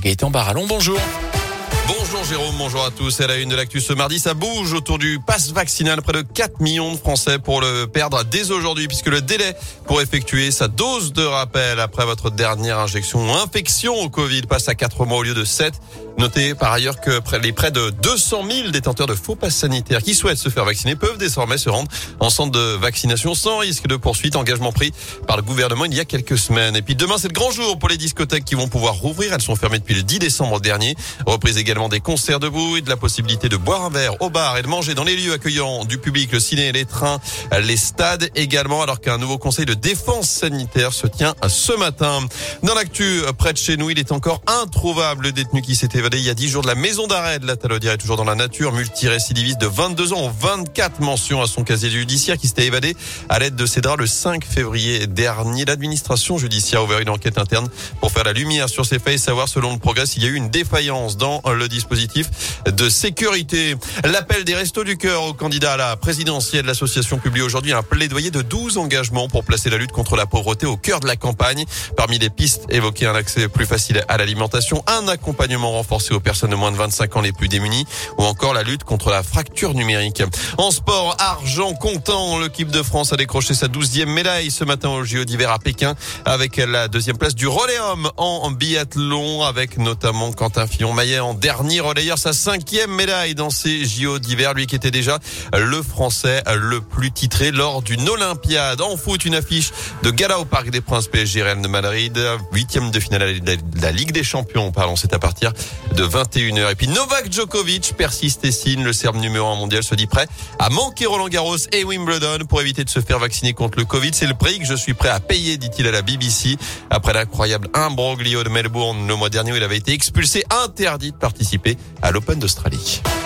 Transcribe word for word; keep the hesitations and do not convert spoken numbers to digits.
Gaëtan Barallon, bonjour. Bonjour Jérôme, bonjour à tous. À la une de l'actu ce mardi, ça bouge autour du pass vaccinal. Près de quatre millions de Français pour le perdre dès aujourd'hui, puisque le délai pour effectuer sa dose de rappel après votre dernière injection ou infection au Covid passe à quatre mois au lieu de sept. Notez par ailleurs que les près de deux cent mille détenteurs de faux passes sanitaires qui souhaitent se faire vacciner peuvent désormais se rendre en centre de vaccination sans risque de poursuite. Engagement pris par le gouvernement il y a quelques semaines. Et puis demain, c'est le grand jour pour les discothèques qui vont pouvoir rouvrir. Elles sont fermées depuis le dix décembre dernier. Reprise également des concerts debout et de la possibilité de boire un verre au bar et de manger dans les lieux accueillants du public, le ciné, les trains, les stades également, alors qu'un nouveau conseil de défense sanitaire se tient ce matin. Dans l'actu, près de chez nous, il est encore introuvable le détenu qui s'est évadé il y a dix jours de la maison d'arrêt de la Talaudière est toujours dans la nature. Multirécidiviste de vingt-deux ans, vingt-quatre mentions à son casier judiciaire qui s'était évadé à l'aide de ses draps le cinq février dernier. L'administration judiciaire a ouvert une enquête interne pour faire la lumière sur ces faits et savoir, selon le Progrès, s'il y a eu une défaillance dans le dispositif de sécurité. L'appel des Restos du Cœur aux candidats à la présidentielle. L'association publie aujourd'hui un plaidoyer de douze engagements pour placer la lutte contre la pauvreté au cœur de la campagne. Parmi les pistes évoquées, un accès plus facile à l'alimentation, un accompagnement renforcé aux personnes de moins de vingt-cinq ans les plus démunies ou encore la lutte contre la fracture numérique. En sport, argent comptant, l'équipe de France a décroché sa douzième médaille ce matin au J O d'hiver à Pékin avec la deuxième place du relais homme en biathlon avec notamment Quentin Fillon-Maillet en dernier relayeur, sa cinquième médaille dans ces J O d'hiver, lui qui était déjà le Français le plus titré lors d'une Olympiade. En foot, une affiche de gala au Parc des Princes P S G Real de Madrid, huitième de finale de la Ligue des Champions, pardon, c'est à partir de vingt et une heures. Et puis Novak Djokovic persiste et signe. Le Serbe numéro un mondial se dit prêt à manquer Roland Garros et Wimbledon pour éviter de se faire vacciner contre le Covid. C'est le prix que je suis prêt à payer, dit-il à la B B C. Après l'incroyable imbroglio de Melbourne le mois dernier où il avait été expulsé, interdit de participer à l'Open d'Australie.